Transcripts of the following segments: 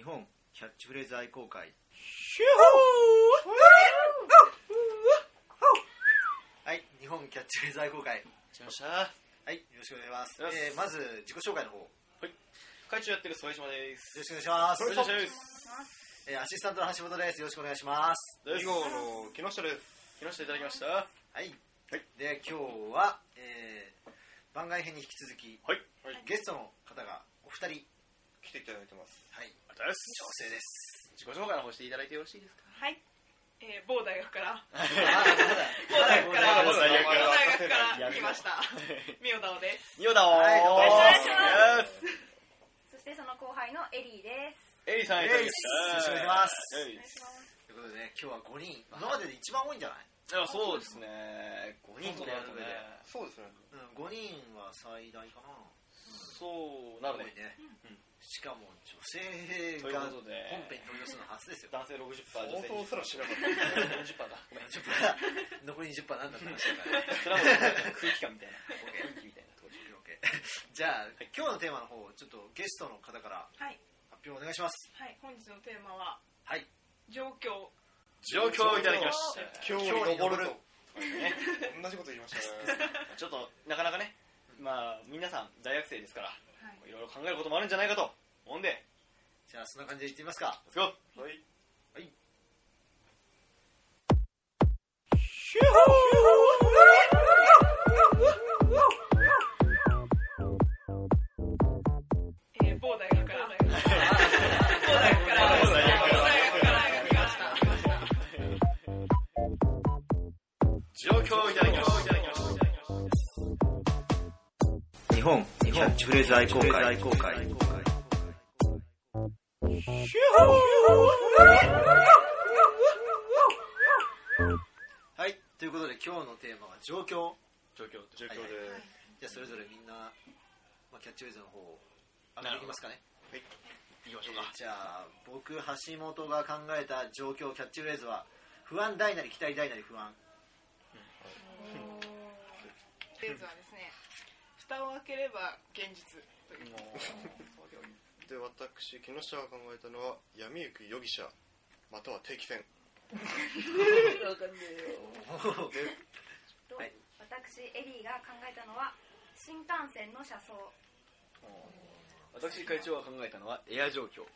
本キャッチフレーズ愛好会シュホー。はい、日本キャッチフレーズ愛好会しました。 はい、よろしくお願いします。まず自己紹介の方。 はい、会長やってる副島です。 よろしくお願いします。 お願いします。 アシスタントの橋本です。よろしくお願いします。 2号の木下です。木下いただきました。はい。 で、今日は、番外編に引き続き、 はい、 ゲストの方がお二人来ていただいてます。 はい、 女性です。 自己紹介の方していただいてよろしいですか？ はい、某大学から某大学から来ましたみおだおです。 みおだお、 はい、どうもお願いします。 そしてその後輩のエリーです。 エリーさんいただきました。 よろしくお願いします。ということでね、今日は5人、今までで一番多いんじゃない？ いや、そうですね。5人となるとね。 そうですね。 5人は最大かな。 そうなるね。 しかも女性が本編に登場するの初ですよ。 男性 60%、女性放送すらしなかった。 40%だ。 残り 20% なんだって話だからね。 それはもう空気感みたいな。空気みたいなところで。 じゃあ今日のテーマの方、ちょっとゲストの方から発表お願いします。 はい、本日のテーマは状況をいただきました。 今日に登ると同じこと言いましたね。 ちょっとなかなかね、まあ皆さん大学生ですから、いろいろ考えることもあるんじゃないかと思うんで、 じゃあそんな感じでいってみますか。 レッツゴー。 はいはい。 シュホー。某大学から来ました状況をいただきました。 日本キャッチフレーズ愛好会。はい、ということで今日のテーマは状況で。 じゃあそれぞれみんな、キャッチフレーズの方を上げていきますかね。 はい、行きましょうか。 じゃあ僕橋本が考えた状況キャッチフレーズは、不安大なり期待大なり不安。 フレーズはですね、蓋を開ければ現実という。 で、私木下が考えたのは、闇行く容疑者または定期船。 わかんねえよ。私エリーが考えたのは新幹線の車窓。 私会長が考えたのはエア状況。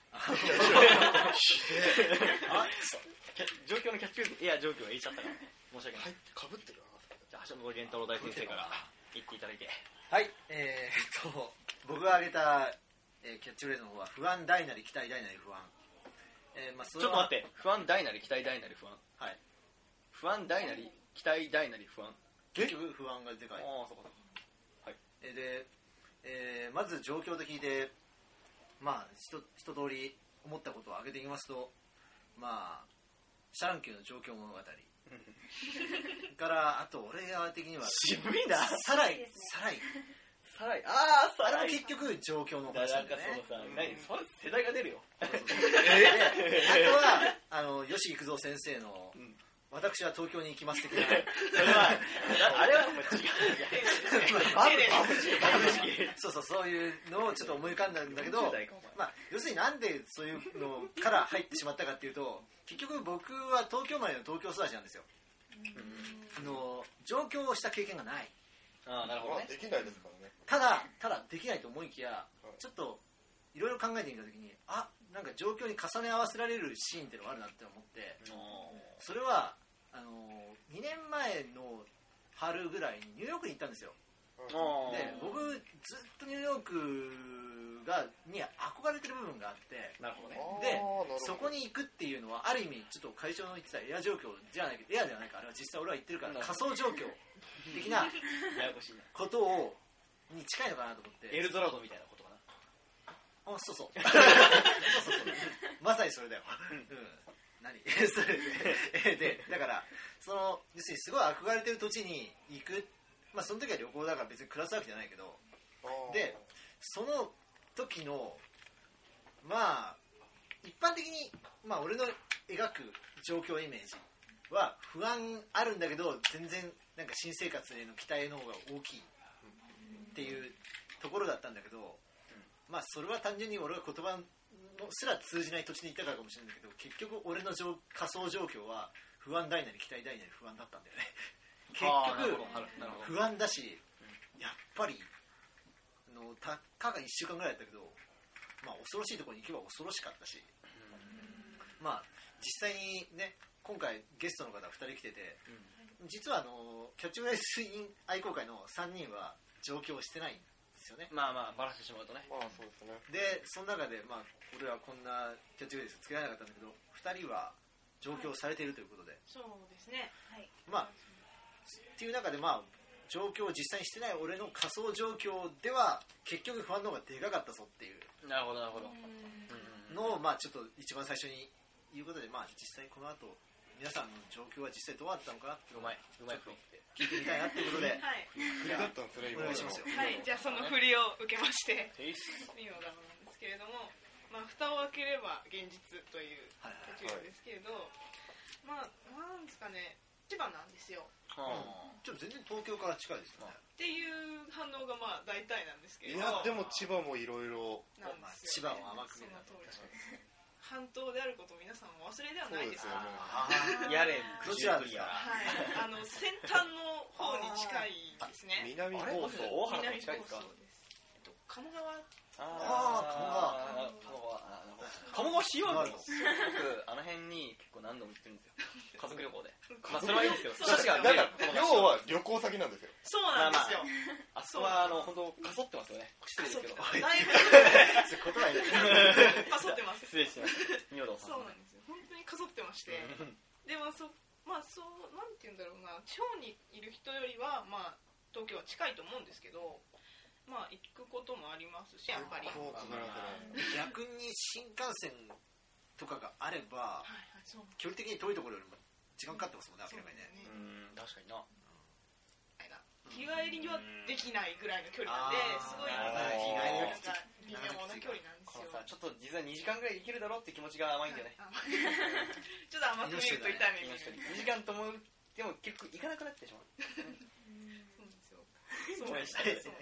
状況のキャッチフレーズエア状況は言いちゃったから申し訳ない。 かぶってるな。 じゃあ橋本源太郎大先生から言っていただいて。 はい、僕が挙げた、キャッチフレーズの方は、不安大なり期待大なり不安。 ちょっと待って、不安大なり期待大なり不安。 はい。 不安大なり期待大なり不安。 結局不安がでかい。 ああ、そうか。はい。 で、まず状況と聞いて、一通り思ったことを挙げていきますと、シャランキューの状況物語から、あと俺ら的には渋いな。 サライ。 あれも結局状況の話なんだね。 それ世代が出るよ。 あとは吉幾三先生の、私は東京に行きます的な。 あれはもう違う。 そういうのをちょっと思い浮かんだんだけど、要するになんでそういうのから入ってしまったかっていうと、結局僕は東京生まれの東京育ちなんですよ。上京をした経験がない。 ああ、なるほどね。 できないですからね。 ただできないと思いきや、ちょっといろいろ考えてみたときに、なんか状況に重ね合わせられるシーンっていうのがあるなって思って、それは2年前の春ぐらいにニューヨークに行ったんですよ。で、僕ずっとニューヨークに憧れてる部分があって、 なるほどね。 でそこに行くっていうのはある意味ちょっと会長の言ってたエア状況じゃないけど、エアではないか、あれは実際俺は言ってるから仮想状況的なことに近いのかなと思って。 エルドラドみたいなことかな。 そうまさにそれだよ。何それでだから要するにすごい憧れてる土地に行く、その時は旅行だから別に暮らすわけじゃないけど、でその時の一般的に俺の描く状況イメージは不安あるんだけど、全然なんか新生活への期待の方が大きいっていうところだったんだけど、 まあそれは単純に俺が言葉すら通じない土地にいたからかもしれないけど、結局俺の仮想状況は不安大なり期待大なり不安だったんだよね。結局不安だし、やっぱりたかが1週間ぐらいだったけど、まあ恐ろしいところに行けば恐ろしかったし、まあ実際にね今回ゲストの方2人来てて、実はキャッチフレーズイン愛好会の3人は上京してないんですよね。 まあまあバラしてしまうとね。 まあそうですね。 でその中でまあ俺はこんなキャッチフレーズつけられなかったんだけど、2人は上京されているということで、 そうですね。はい。 まあっていう中でまあ状況を実際にしてない俺の仮想状況では結局不安の方がでかかったぞっていうなるほどなるほど。 のをまあちょっと一番最初に言うことで、まあ実際この後皆さんの状況は実際どうだったのかなってうまい雰囲気。 聞いてみたいなっていうことで、 はい。 振りだったんですね、今お願いしますよ。 はい。じゃあその振りを受けましてテイスミオダムなんですけれども、まあ蓋を開ければ現実というはいキャッチフレーズですけれど、まあなんですかね、千葉なんですよ。 ちょっと全然東京から近いですよね。 っていう反応がまあ大体なんですけれど、 いやでも千葉もいろいろなんまあですよ、 千葉を甘く見るなと。 その通りです。半島であることを皆さんお忘れではないですか。 そうですよね。 やれどちらですか。 はい。先端の方に近いですね。 南あれ房総。 大原と近いですか。 鴨川。 鴨川シーワールド。僕あの辺に結構何度も行ってるんですよ。家族旅行で。まあそれはいいんですよ。確かだから要は旅行先なんですよ。 そうなんですよ。 あそこは本当かそってますよね。失礼ですけど。 だいぶ言葉にかそってます。 失礼してます。仁王さん。 そうなんですよ。本当にかそってまして。でもまあそうなんて言うんだろうな、地方にいる人よりはまあ東京は近いと思うんですけど。まあ行くこともありますし、やっぱり逆に新幹線とかがあれば、距離的に遠いところよりも時間かかってますもんね、明らかにね。 確かにな。 日帰りにはできないぐらいの距離なんで、すごい微妙な距離なんですよ。 ちょっと実は2時間ぐらい行けるだろうって気持ちが甘いんだよね。 ちょっと甘く見ると痛い目見る。 2時間と思っても結局行かなくなってしまう。 そうなんですよ。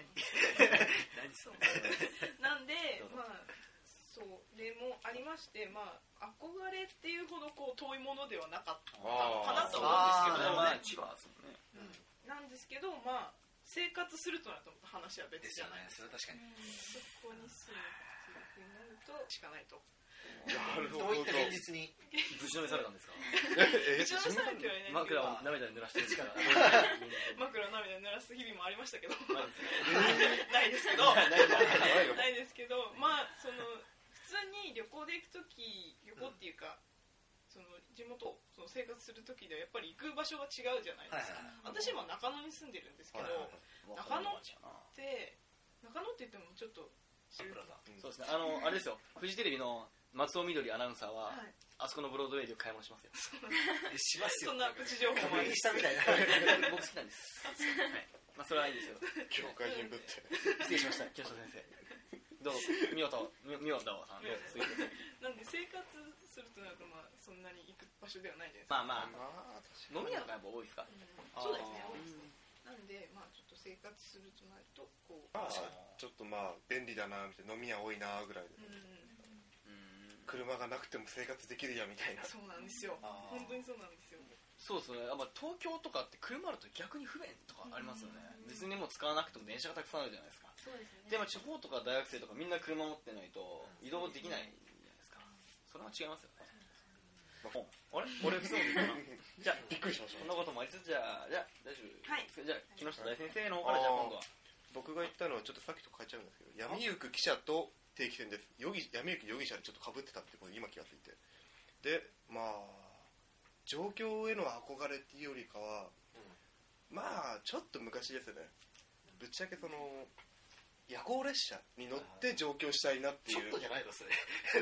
なんでまあそうでもありまして、まあ憧れっていうほどこう遠いものではなかったのかなと思うんですけど、なんですけど、まあ生活するとなると話は別じゃないですか。 確かに。 そこに住むっていうふうになるとしかないと。 どういった現実にぶちのめされたんですか。 ぶちのめされてはいないけど、 枕を涙で濡らしてる力。 枕を涙で濡らす日々もありましたけど、ないですけど、ないですけど、まあその普通に旅行で行くとき、旅行っていうかその地元その生活するときではやっぱり行く場所が違うじゃないですか。私今中野に住んでるんですけど、中野って言ってもちょっとそうですね。あれですよ。フジテレビの松尾みどりアナウンサーは、あそこのブロードウェイで買い物しますよ。 しますよ。 そんなプチ情報もありしたみたいな。 僕好きなんです。まあそれはいいですよ。 境界人ぶって。 失礼しました木下先生。どうぞみおたわさんどうぞ。 なんで生活するとなるとまあそんなに行く場所ではないじゃないですか。 まあ飲み屋がやっぱ多いですか。 そうですね、多いですね。なんでまあちょっと生活するとなるとこうちょっとまあ便利だなみたいな、飲み屋多いなぐらいで。車がなくても生活できるやみたいな。 そうなんですよ。本当にそうなんですよ。 そうですね。東京とかって車あると逆に不便とかありますよね。別にもう使わなくても電車がたくさんあるじゃないですか。 そうですね。 でも地方とか大学生とかみんな車持ってないと移動できないじゃないですか。それは違いますよね。あれ俺不相談かな。じゃあびっくりしました。 こんなこともありつつじゃあ大丈夫。 はい。 じゃあ木下大先生の方からじゃあ今度は。 僕が言ったのはちょっとさっきと変えちゃうんですけど、闇ゆく記者と定期船です。闇ゆく容疑者でちょっと被ってたってこと今気がついて。で、まあ状況への憧れっていうよりかは、まあちょっと昔ですね。ぶっちゃけその夜行列車に乗って上京したいなっていう。 ちょっとじゃないのそれ。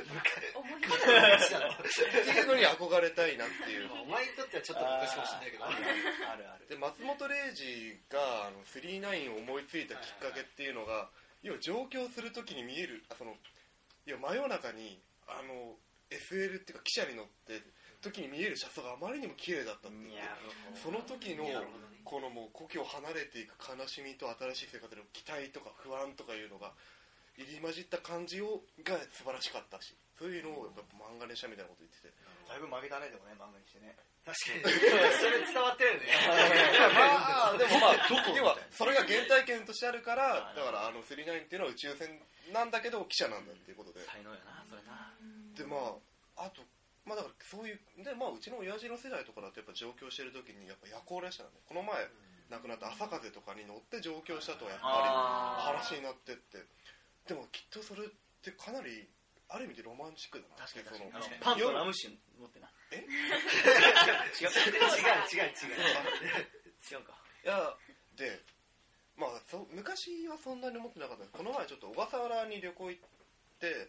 っていうのに憧れたいなっていう。 お前にとってはちょっと昔かもしれないけど。 あるある。 で松本零士が39を思いついたきっかけっていうのが、要は上京するときに見えるいや真夜中にSL っていうか汽車に乗って時に見える車窓があまりにも綺麗だったっていう。その時のこのもう故郷を離れていく悲しみと新しい生活の期待とか不安とかいうのが入り混じった感じが素晴らしかったし、そういうのをやっぱ漫画にしたみたいなこと言ってて、 だいぶ負けたねでもね、漫画にしてね。 確かにそれ伝わってるよね。 まあでもまあどこ要はそれが原体験としてあるから、だから39っていうのは宇宙船なんだけど記者なんだっていうことで、 才能やなそれな。 でまああとまあだからそういうでまあうちの親父の世代とかだとやっぱ上京してる時にやっぱ夜行列車なんで、この前亡くなった朝風とかに乗って上京したとはやっぱり話になってって、でもきっとそれってかなりある意味でロマンチックだな。 確かにそのパンとラム酒持ってな。 え違う違うか。 いやでまあ昔はそんなに思ってなかったんです。この前ちょっと小笠原に旅行行って、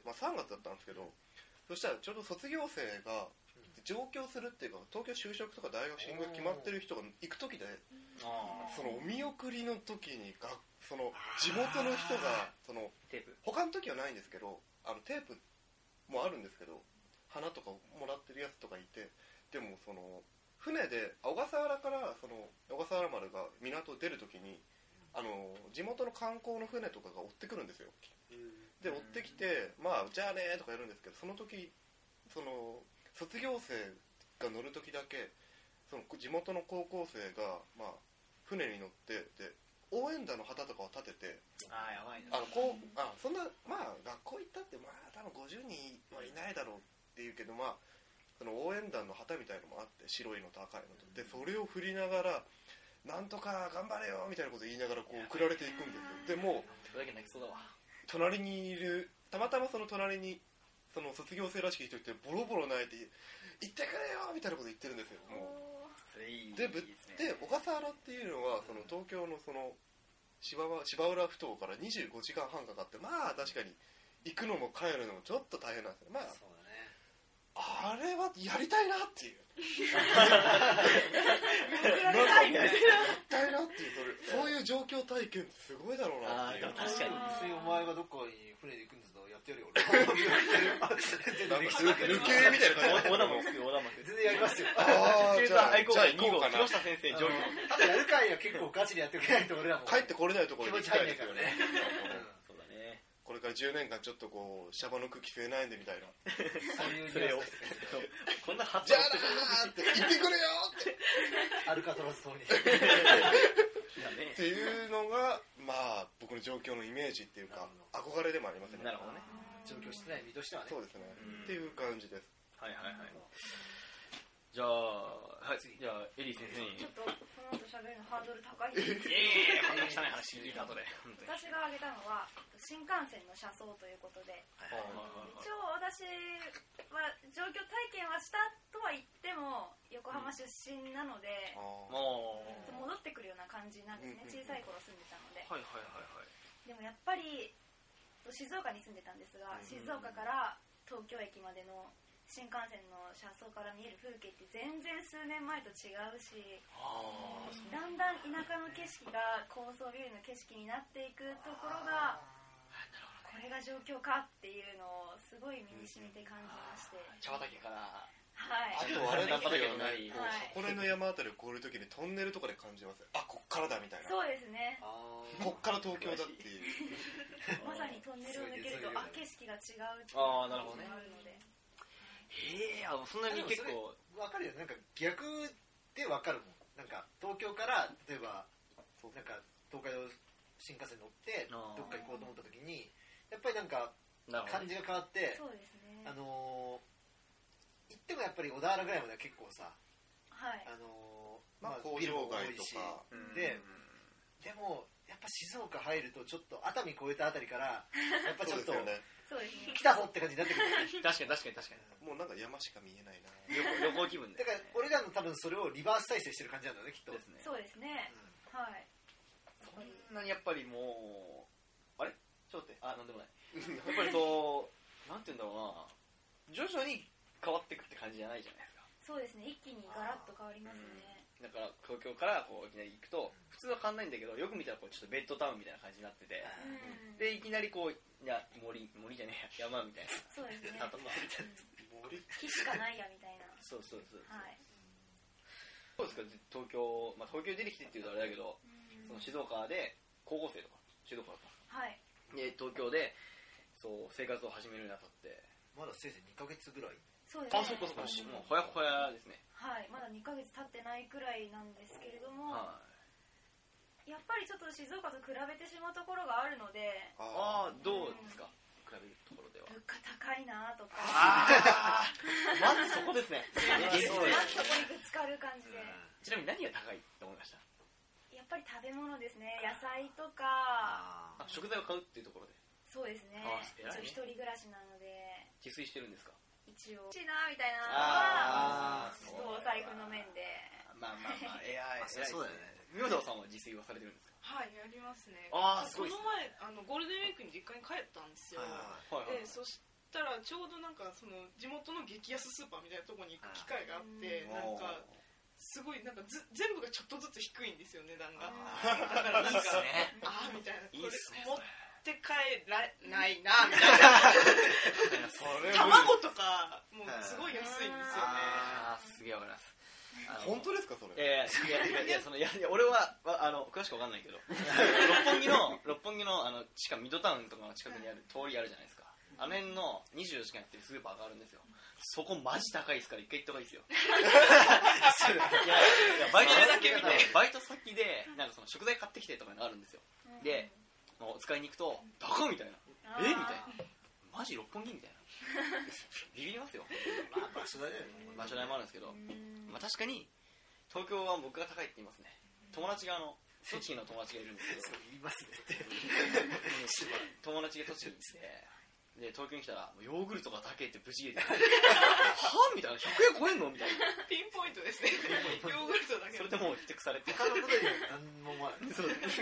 まあ、3月だったんですけど、そしたらちょうど卒業生が上京するっていうか東京就職とか大学進学決まってる人が行く時で、そのお見送りの時にその地元の人がそのテープ他の時はないんですけどテープもあるんですけど花とかもらってるやつとかいて、でもその船で小笠原からその小笠原丸が港を出る時に地元の観光の船とかが追ってくるんですよ。で追ってきてまあじゃあねとかやるんですけど、その時その卒業生が乗る時だけその地元の高校生がまあ船に乗ってで応援団の旗とかを立てて、 やばいな。 そんなまあ学校行ったってまあ多分50人はいないだろうっていうけど、まあその応援団の旗みたいのもあって白いのと赤いのとで、それを振りながらなんとか頑張れよみたいなこと言いながらこう送られていくんですよ。でもそれだけ泣きそうだわ。 隣にいるたまたまその隣にその卒業生らしき人いてボロボロ泣いて行ってくれよみたいなこと言ってるんですよ。もうそれいいでですね。 で小笠原っていうのはその東京のその芝浦ふ頭から25時間半かかって、まあ確かに行くのも帰るのもちょっと大変なんですよ。まあそうだね。 あれはやりたいなっていうやりたいやりたいなっていうそういう状況体験ってすごいだろうなっていう。 確かに別にお前がどっかに船で行くんだったらやってやるよ俺。 なんか抜けみたいな感じ。 小田もつく小田もつく。 全然やりますよ。 じゃあ愛好会2号行こうかな。 木下先生上位。 ただやる会は結構ガチでやってくれないと俺らも帰ってこれないところに行きたいですよね。 そうだね。 これから10年間ちょっとこうシャバの空気吸えないんでみたいな。 そういうそれをこんな発じゃあなーって言ってくれよってアルカトラス島にっていうのがまあ僕の状況のイメージっていうか憧れでもありますね。 なるほどね。 上京してない身としてはね。 そうですね。っていう感じです。 はいはいはい。じゃあじゃあエリー先生に。 ちょっとこの後喋るのハードル高いです。 こんな汚い話聞いた後で。 私が挙げたのは新幹線の車窓ということで、一応私は上京体験はしたとは言っても横浜出身なので、 もう戻ってくるような感じなんですね。小さい頃住んでたので。 はいはいはいはい。 でもやっぱり静岡に住んでたんですが、静岡から東京駅までの新幹線の車窓から見える風景って全然数年前と違うし、だんだん田舎の景色が高層ビルの景色になっていくところが、これが上京かっていうのをすごい身に染みて感じまして、 茶畑からはい。 あとあれだったよね。 はい箱根の山あたりを越えるときにトンネルとかで感じます。あ、こっからだみたいな。 そうですね。 こっから東京だっていう。 まさにトンネルを抜けると景色が違うっていうなるほどね。 のがあるので。 そんなに結構分かるよ。なんか逆で分かるもん。なんか東京から例えばなんか東海道新幹線乗ってどっか行こうと思った時にやっぱりなんか感じが変わって、 そうですね。 行ってもやっぱり小田原ぐらいまでは結構さ、 はい。 工場街とかでもやっぱ静岡入るとちょっと熱海越えたあたりからやっぱちょっとそうですね。 来たぞって感じになってくる。 確かにもうなんか山しか見えないな。 旅行気分で。 だから俺らの多分それをリバース再生してる感じなんだよねきっと。 ですね。 そうですね。はい。 そんなにやっぱりもうあれちょっと待ってなんでもない。やっぱりそうなんて言うんだろうな、徐々に変わっていくって感じじゃないじゃないですか。 そうですね。一気にガラッと変わりますね。 だから東京からこういきなり行くと普通は変わんないんだけど、よく見たらこうちょっとベッドタウンみたいな感じになってて、でいきなりこう森じゃねえや山みたいな。 そうですね。 里みたいな。 木しかないやみたいな。 そうそうそう。 はい。 どうですか東京出てきてっていうとあれだけど、その静岡で高校生とか静岡だった。 はい。 で東京でそう生活を始めるにあたってまだせいぜい2ヶ月ぐらい。 そうですね。 そっかそっか、もうほやほやですね。 はい、まだ2ヶ月経ってないくらいなんですけれども、 はい、 やっぱりちょっと静岡と比べてしまうところがあるので、 どうですか、比べるところでは。 物価高いなとか、 まずそこですね。 まずそこにぶつかる感じで。 ちなみに何が高いと思いました？ やっぱり食べ物ですね。野菜とか食材を買うっていうところで。 そうですね。一人暮らしなので自炊してるんですか？ 一応欲しいなみたいなのはちょっとお財布の面で。 まあそうだよね。 宮沢さんは自炊はされてるんですか？ はい、やりますね。 すごい。 この前ゴールデンウィークに実家に帰ったんですよ。でそしたらちょうどなんかその地元の激安スーパーみたいなところに行く機会があって、なんかすごいなんか全部がちょっとずつ低いんですよ、値段が。だからなんかみたいな、これ持って帰らないなみたいな。卵とかもうすごい安いんですよね。 すげえわかります。 本当ですかそれ？ いや俺は詳しくわかんないけど、六本木の地下ミッドタウンとかの近くにある通りあるじゃないですか。あの辺の24時間やってるスーパーがあるんですよ。そこマジ高いですから一回行った方がいいですよ。バイト先でなんかその食材買ってきてとかがあるんですよ。で使いに行くと高っみたいな、みたいな、マジ六本木みたいな、ビビりますよ。 場所代もあるんですけど、確かに東京は僕が高いって言いますね。友達が栃木の友達がいるんですけど、 言いますねって友達が栃木に来て、で東京に来たらヨーグルトが高いってブチ切れてはみたいな、100円超えんのみたいな。 ピンポイントですね。ヨーグルトだけ。 それでもうふてくされて、 他のことには何も思わない。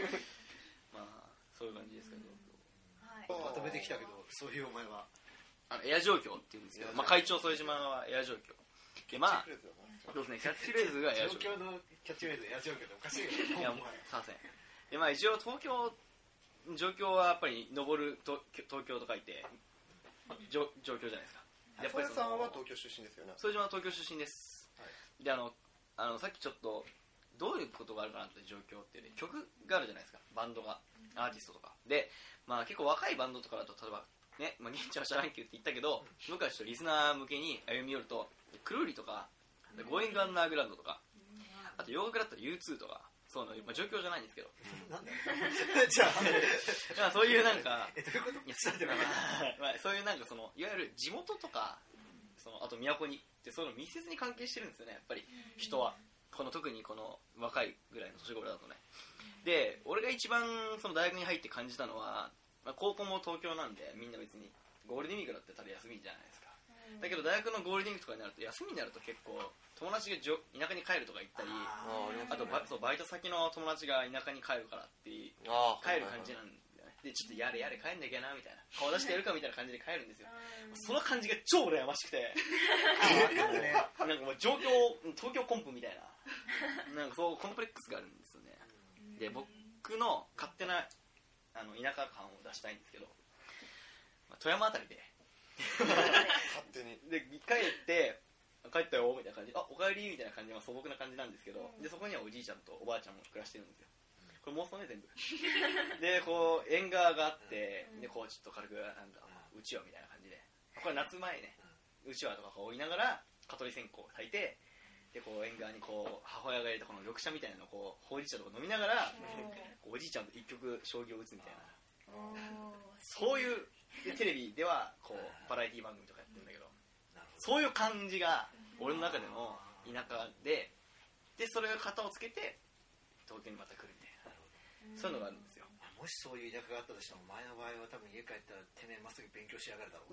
そういう感じですけど、 まとめてきたけど、そういうお前はエア状況っていうんですけど、会長副島はエア状況で、そうですね、キャッチフレーズがエア状況。 状況のキャッチフレーズエア状況っておかしいよね。 いやもうすいません。で一応東京状況はやっぱり登る東京と書いて状況じゃないですか。 やっぱりさんは東京出身ですよね。 副島は東京出身です。でさっきちょっとどういうことがあるかなって状況っていう、ね、曲があるじゃないですか、バンドが、アーティストとかで、結構若いバンドとかだと例えばね、現地はシャランキューって言ったけど、僕はちょっとリスナー向けに歩み寄ると、クルーリとかゴーイングアンダーグラウンドとか、あと洋楽だったら U2 とか、そういうの、状況じゃないんですけど、 なんだよじゃあそういうなんかどういうこと？ そういうなんかいわゆる地元とかあと都にってそういうの密接に関係してるんですよね、やっぱり人は。特にこの若いぐらいの年頃だとね。で俺が一番大学に入って感じたのは、高校も東京なんでみんな別にゴールデンウィークだってたら休みじゃないですか。だけど大学のゴールデンウィークとかになると休みになると結構友達が田舎に帰るとか言ったり、あとバイト先の友達が田舎に帰るからって帰る感じなんで、でちょっとやれ帰んなきゃなみたいな、顔出してやるかみたいな感じで帰るんですよ。その感じが超羨ましくてなんかもう東京コンプみたいな、なんかそうコンプレックスがあるんですよね。で僕の勝手な田舎感を出したいんですけど、富山あたりで勝手にで帰ったよみたいな感じ、おかえりみたいな感じの素朴な感じなんですけど、でそこにはおじいちゃんとおばあちゃんも暮らしてるんですよ。これ妄想ね全部で縁側があって、でちょっと軽くなんかうちわみたいな感じで、これ夏前ね、うちわとか追いながら蚊取り線香を焚いて、で縁側に母親が入れたこの緑茶みたいなのをほうじ茶とか飲みながらおじいちゃんと一曲将棋を打つみたいな、そういうテレビではバラエティ番組とかやってるんだけど、そういう感じが俺の中での田舎で、それが型をつけて東京にまた来るみたいな、そういうのがあるんですよ。 もしそういう田舎があったとしても、前の場合は多分家帰ったらてめえまっすぐ勉強しやがるだろう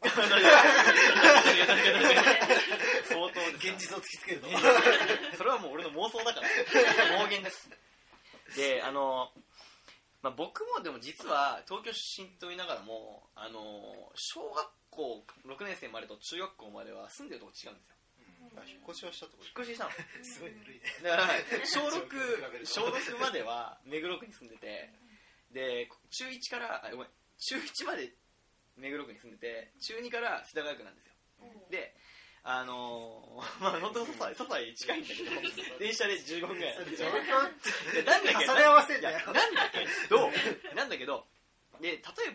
相当です。 現実を突きつけるとそれはもう俺の妄想だから妄言です。で僕もでも実は東京出身と言いながらも小学校6年生までと中学校までは住んでるとこ違うんですよ。 引っ越しはしたとこ引っ越ししたのすごいぬるいね。 だから小6までは目黒区に住んでて、で中1まで目黒区に住んでて、中2から世田谷区なんですよ。で本当に些細近いんだけど電車で15分ぐらいなんだけどで例えば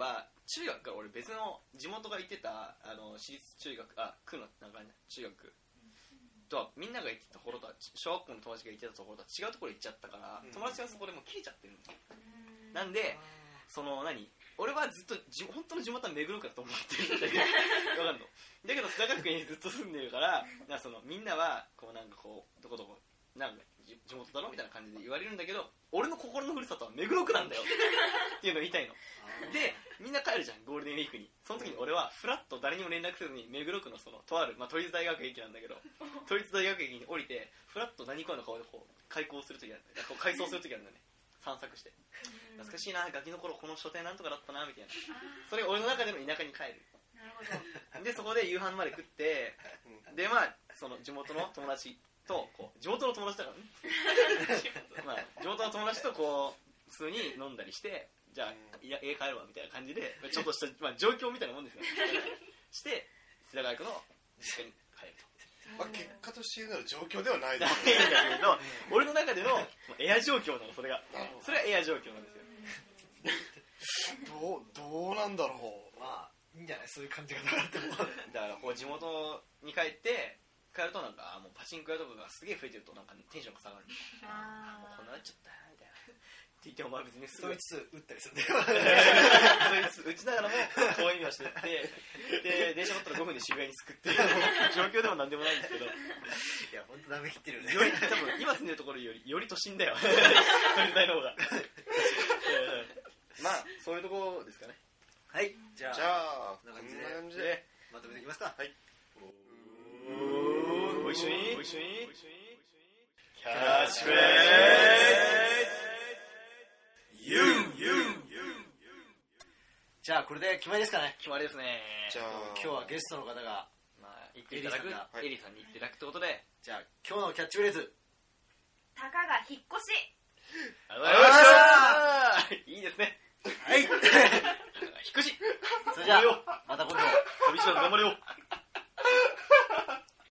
中学から俺別の地元が行ってた私立中学区のなんか、ね、中学とはみんなが行ってたところとは小学校の友達が行ってたところとは違うところ行っちゃったから、友達がそこでもう切れちゃってるんですよ。なんで俺はずっと本当の地元は目黒区だと思ってるんだけど分かんのだけど須田学園にずっと住んでるからみんなはこうなんかこうどこどこなんか地元だろみたいな感じで言われるんだけど、俺の心のふるさとは目黒区なんだよっていうのを言いたいので、みんな帰るじゃんゴールデンウィークに。その時に俺はフラッと誰にも連絡せずに目黒区のとある、都立大学駅なんだけど都立大学駅に降りてフラッと何かの顔でこう開校する時あるんだね、改装する時あるんだね、散策して懐かしいな、ガキの頃この書店なんとかだったなみたいな、それ俺の中での田舎に帰る。 なるほど。 でそこで夕飯まで食って、でまあ地元の友達とこう地元の友達だからねまあ地元の友達とこう普通に飲んだりして、じゃあ家帰るわみたいな感じでちょっとした、状況みたいなもんですよして須田川区の実家に帰ると。 結果として言うなら状況ではないですね。ないんだけど俺の中でのエア状況なの、それがエア状況なんですよ。 どうなんだろう。 まあいいんじゃない、そういう感じがなってもだからこう地元に帰るとなんかもうパチンコ屋とかがすげえ増えてるとなんかテンションが下がる。こんななっちゃったみたいなって言ってもまあ別にすごいつ打ったりするんだよ打ちながらもそういう意味はしてってで電車乗ったら5分で渋谷に着くっていう状況でもなんでもないんですけど、いや本当なめきってるよね。 より多分今住んでるところより都心だよ都立大の方がまあそういうところですかね。 はい、じゃあこんな感じでまとめていきますか。はい。 ご一緒にキャッチフレーズユンじゃあこれで決まりですかね。 決まりですね。 じゃあ今日はゲストの方が言っていただくエリさんに言っていただくってことで、 じゃあ今日のキャッチフレーズ、 たかが引っ越し。 ありがとうございました。いいですね。 はい引っ越し。 それじゃあまた今度飛び知らず頑張れよ。